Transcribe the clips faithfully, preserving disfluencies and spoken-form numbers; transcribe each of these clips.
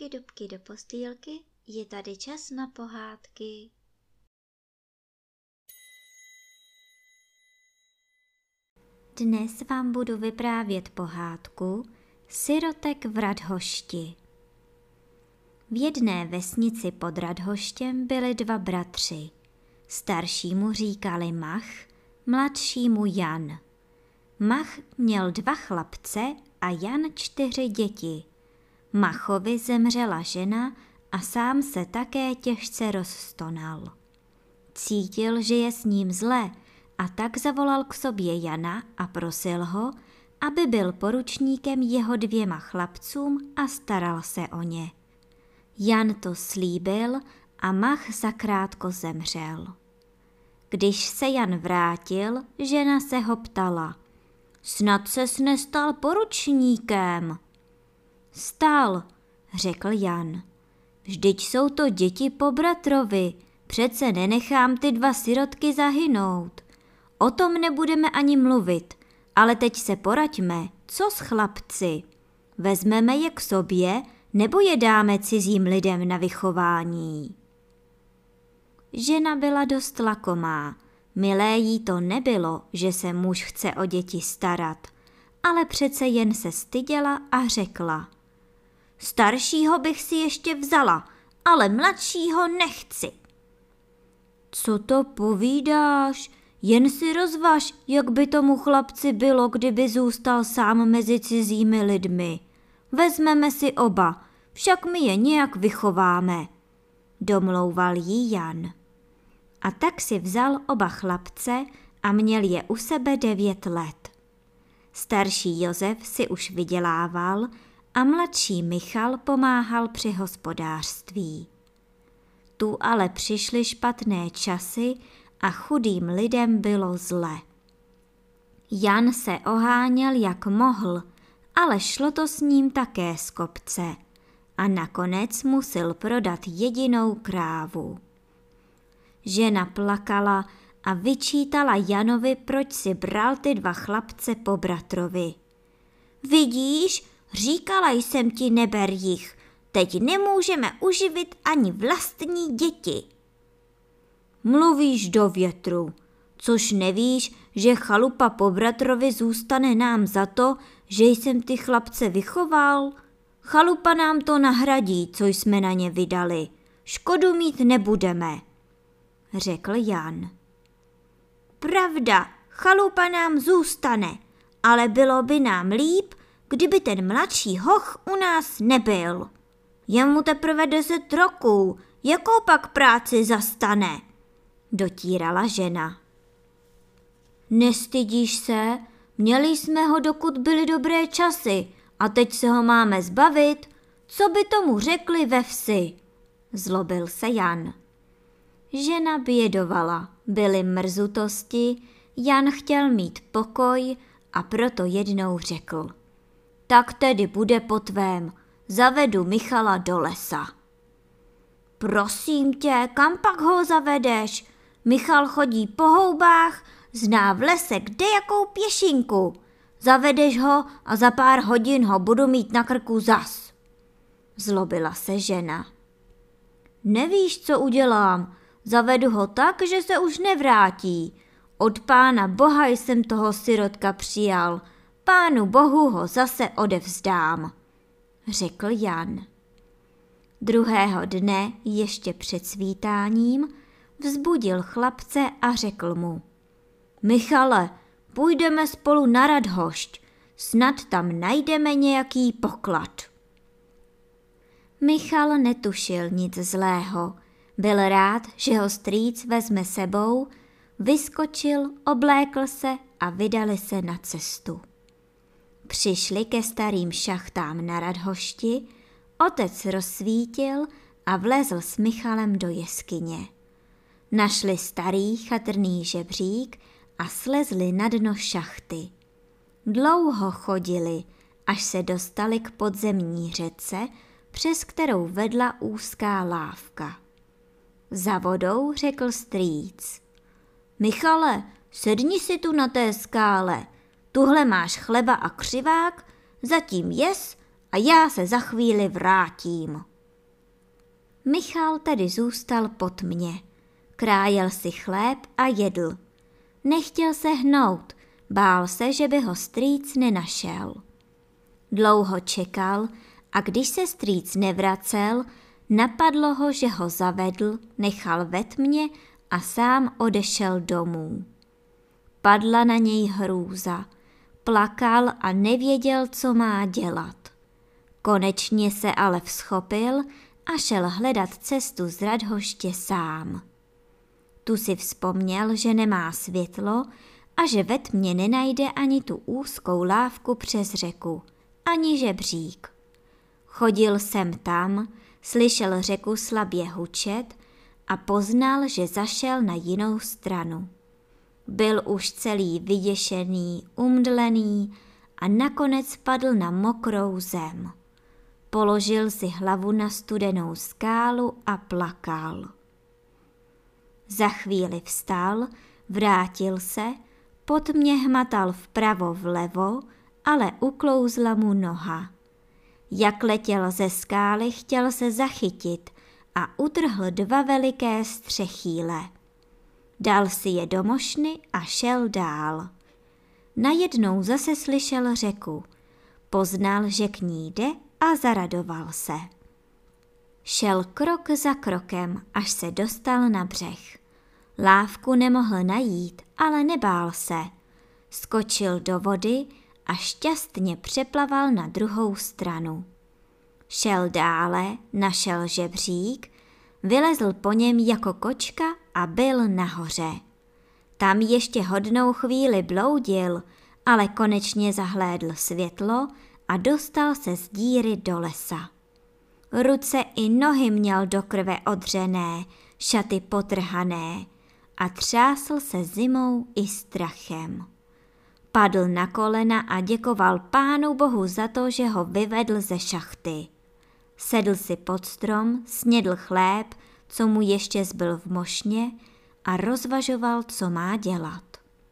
Dubky, dubky do postýlky, je tady čas na pohádky. Dnes vám budu vyprávět pohádku Sirotek v Radhošti. V jedné vesnici pod Radhoštěm byli dva bratři. Staršímu říkali Mach, mladšímu Jan. Mach měl dva chlapce a Jan čtyři děti. Machovi zemřela žena a sám se také těžce rozstonal. Cítil, že je s ním zle, a tak zavolal k sobě Jana a prosil ho, aby byl poručníkem jeho dvěma chlapcům a staral se o ně. Jan to slíbil a Mach zakrátko zemřel. Když se Jan vrátil, žena se ho ptala: Snad ses nestal poručníkem? Stal, řekl Jan. Vždyť jsou to děti po bratrovi, přece nenechám ty dva sirotky zahynout. O tom nebudeme ani mluvit, ale teď se poraďme, co s chlapci? Vezmeme je k sobě, nebo je dáme cizím lidem na vychování? Žena byla dost lakomá. Milé jí to nebylo, že se muž chce o děti starat, ale přece jen se styděla a řekla: Staršího bych si ještě vzala, ale mladšího nechci. Co to povídáš? Jen si rozvaž, jak by tomu chlapci bylo, kdyby zůstal sám mezi cizími lidmi. Vezmeme si oba, však my je nějak vychováme, domlouval jí Jan. A tak si vzal oba chlapce a měl je u sebe devět let. Starší Josef si už vydělával a mladší Michal pomáhal při hospodářství. Tu ale přišly špatné časy a chudým lidem bylo zle. Jan se oháněl, jak mohl, ale šlo to s ním také z kopce a nakonec musel prodat jedinou krávu. Žena plakala a vyčítala Janovi, proč si bral ty dva chlapce po bratrovi. Vidíš, říkala jsem ti, neber jich, teď nemůžeme uživit ani vlastní děti. Mluvíš do větru, což nevíš, že chalupa po bratrovi zůstane nám za to, že jsem ty chlapce vychoval? Chalupa nám to nahradí, co jsme na ně vydali. Škodu mít nebudeme, řekl Jan. Pravda, chalupa nám zůstane, ale bylo by nám líp, kdyby ten mladší hoch u nás nebyl. Je mu teprve deset roků, jakou pak práci zastane, dotírala žena. Nestydíš se? Měli jsme ho, dokud byly dobré časy, a teď se ho máme zbavit? Co by tomu řekli ve vsi? Zlobil se Jan. Žena bědovala, byly mrzutosti, Jan chtěl mít pokoj a proto jednou řekl: Tak tedy bude po tvém, zavedu Michala do lesa. Prosím tě, kam pak ho zavedeš? Michal chodí po houbách, zná v lese kdejakou pěšinku. Zavedeš ho a za pár hodin ho budu mít na krku zas. Zlobila se žena. Nevíš, co udělám? Zavedu ho tak, že se už nevrátí. Od Pána Boha jsem toho sirotka přijal. Pánu Bohu ho zase odevzdám, řekl Jan. Druhého dne, ještě před svítáním, vzbudil chlapce a řekl mu: Michale, půjdeme spolu na Radhošť, snad tam najdeme nějaký poklad. Michal netušil nic zlého, byl rád, že ho strýc vezme sebou, vyskočil, oblékl se a vydali se na cestu. Přišli ke starým šachtám na Radhošti, otec rozsvítil a vlezl s Michalem do jeskyně. Našli starý chatrný žebřík a slezli na dno šachty. Dlouho chodili, až se dostali k podzemní řece, přes kterou vedla úzká lávka. Za vodou řekl strýc: Michale, sedni si tu na té skále, tuhle máš chleba a křivák, zatím jes a já se za chvíli vrátím. Michal tedy zůstal po tmě. Krájel si chléb a jedl. Nechtěl se hnout, bál se, že by ho strýc nenašel. Dlouho čekal a když se strýc nevracel, napadlo ho, že ho zavedl, nechal ve tmě a sám odešel domů. Padla na něj hrůza, plakal a nevěděl, co má dělat. Konečně se ale vzchopil a šel hledat cestu z Radhoště sám. Tu si vzpomněl, že nemá světlo a že ve tmě nenajde ani tu úzkou lávku přes řeku, ani žebřík. Chodil sem tam, slyšel řeku slabě hučet a poznal, že zašel na jinou stranu. Byl už celý vyděšený, umdlený a nakonec padl na mokrou zem. Položil si hlavu na studenou skálu a plakal. Za chvíli vstal, vrátil se, pod mě hmatal vpravo vlevo, ale uklouzla mu noha. Jak letěl ze skály, chtěl se zachytit a utrhl dva veliké střechýle. Dal si je do mošny a šel dál. Najednou zase slyšel řeku. Poznal, že k ní jde a zaradoval se. Šel krok za krokem, až se dostal na břeh. Lávku nemohl najít, ale nebál se. Skočil do vody a šťastně přeplaval na druhou stranu. Šel dále, našel žebřík, vylezl po něm jako kočka a byl nahoře. Tam ještě hodnou chvíli bloudil, ale konečně zahlédl světlo a dostal se z díry do lesa. Ruce i nohy měl do krve odřené, šaty potrhané a třásl se zimou i strachem. Padl na kolena a děkoval Pánu Bohu za to, že ho vyvedl ze šachty. Sedl si pod strom, snědl chléb, co mu ještě zbyl v mošně, a rozvažoval, co má dělat.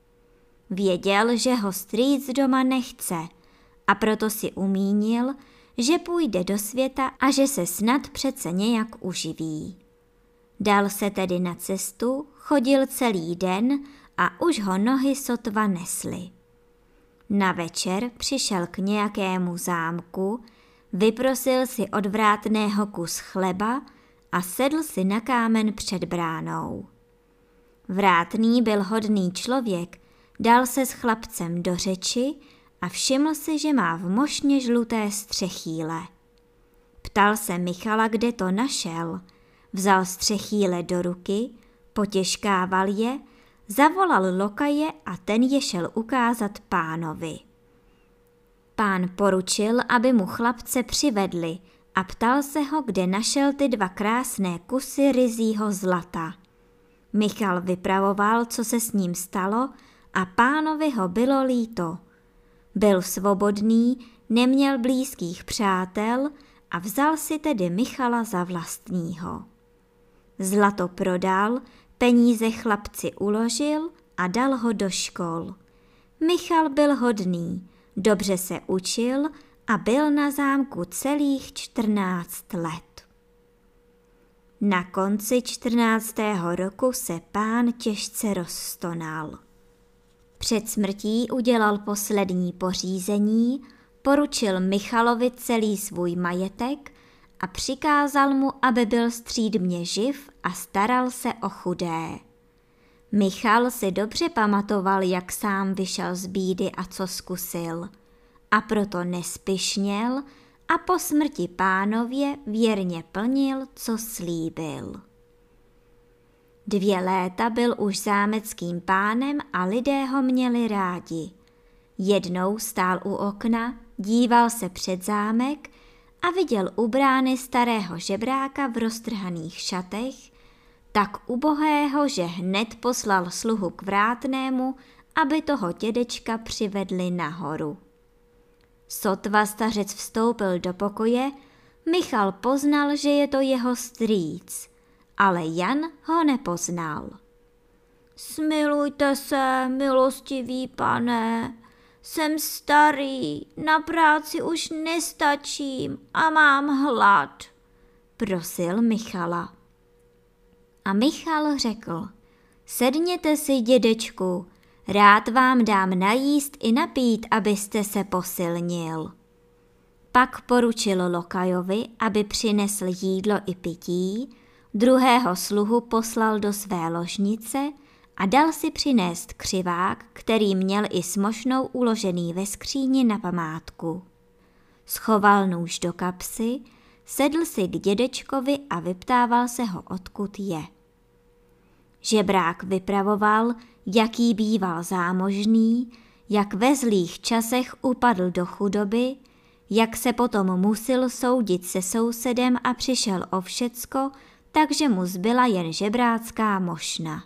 Věděl, že ho strýc doma nechce, a proto si umínil, že půjde do světa a že se snad přece nějak uživí. Dal se tedy na cestu, chodil celý den a už ho nohy sotva nesly. Na večer přišel k nějakému zámku, vyprosil si od vrátného kus chleba a sedl si na kámen před bránou. Vrátný byl hodný člověk, dal se s chlapcem do řeči a všiml si, že má v mošně žluté střechýle. Ptal se Michala, kde to našel, vzal střechýle do ruky, potěžkával je, zavolal lokaje a ten je šel ukázat pánovi. Pán poručil, aby mu chlapce přivedli a ptal se ho, kde našel ty dva krásné kusy ryzího zlata. Michal vypravoval, co se s ním stalo, a pánovi ho bylo líto. Byl svobodný, neměl blízkých přátel a vzal si tedy Michala za vlastního. Zlato prodal, peníze chlapci uložil a dal ho do škol. Michal byl hodný, dobře se učil a byl na zámku celých čtrnáct let. Na konci čtrnáctého roku se pán těžce rozstonal. Před smrtí udělal poslední pořízení, poručil Michalovi celý svůj majetek a přikázal mu, aby byl střídmě živ a staral se o chudé. Michal si dobře pamatoval, jak sám vyšel z bídy a co zkusil, a proto nespyšněl a po smrti pánově věrně plnil, co slíbil. Dvě léta byl už zámeckým pánem a lidé ho měli rádi. Jednou stál u okna, díval se před zámek a viděl u brány starého žebráka v roztrhaných šatech, tak ubohého, že hned poslal sluhu k vrátnému, aby toho dědečka přivedli nahoru. Sotva stařec vstoupil do pokoje, Michal poznal, že je to jeho strýc, ale Jan ho nepoznal. Smilujte se, milostivý pane, jsem starý, na práci už nestačím a mám hlad. prosil Michala. A Michal řekl: sedněte si, dědečku, rád vám dám najíst i napít, abyste se posilnil. Pak poručil lokajovi, aby přinesl jídlo i pití, druhého sluhu poslal do své ložnice a dal si přinést křivák, který měl i s mošnou uložený ve skříni na památku. Schoval nůž do kapsy, sedl si k dědečkovi a vyptával se ho, odkud je. Žebrák vypravoval, jaký býval zámožný, jak ve zlých časech upadl do chudoby, jak se potom musil soudit se sousedem a přišel o všecko, takže mu zbyla jen žebrácká mošna.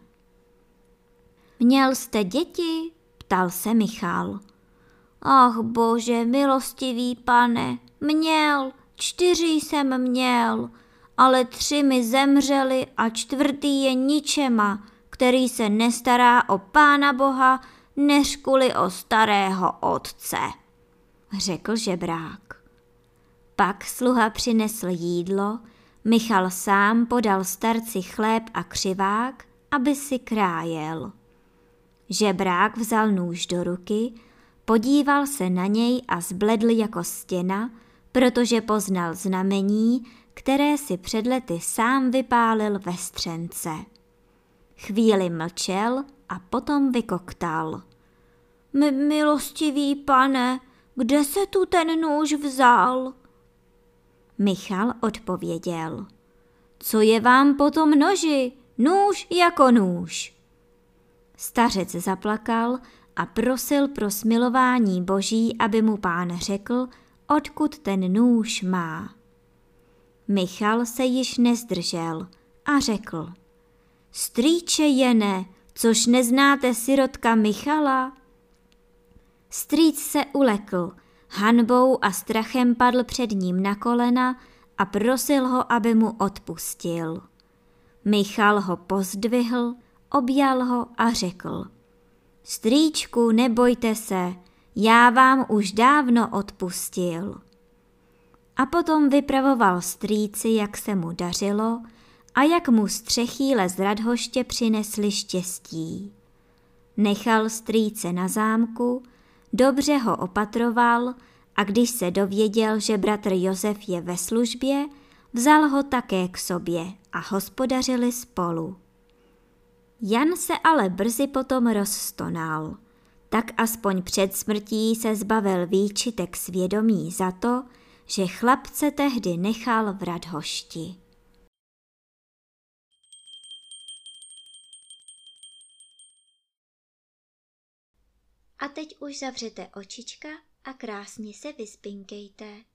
Měl jste děti? Ptal se Michal. Ach bože, milostivý pane, měl, čtyři jsem měl, ale tři mi zemřeli a čtvrtý je ničema, který se nestará o Pána Boha, než kvůli o starého otce, řekl žebrák. Pak sluha přinesl jídlo, Michal sám podal starci chléb a křivák, aby si krájel. Žebrák vzal nůž do ruky, podíval se na něj a zbledl jako stěna, protože poznal znamení, které si před lety sám vypálil ve střence. Chvíli mlčel a potom vykoktal. M- milostivý pane, kde se tu ten nůž vzal? Michal odpověděl. Co je vám po tom noži? Nůž jako nůž. Stařec zaplakal a prosil pro smilování Boží, aby mu Pán řekl, odkud ten nůž má. Michal se již nezdržel a řekl. Strýče Jene, což neznáte sirotka Michala? Strýc se ulekl, hanbou a strachem padl před ním na kolena a prosil ho, aby mu odpustil. Michal ho pozdvihl, objal ho a řekl. Strýčku, nebojte se, já vám už dávno odpustil. A potom vypravoval strýci, jak se mu dařilo a jak mu střechýle z Radhoště přinesli štěstí. Nechal strýce na zámku, dobře ho opatroval a když se dověděl, že bratr Josef je ve službě, vzal ho také k sobě a hospodařili spolu. Jan se ale brzy potom rozstonal, tak aspoň před smrtí se zbavil výčitek svědomí za to, že chlapce tehdy nechal v Radhošti. A teď už zavřete očička a krásně se vyspinkejte.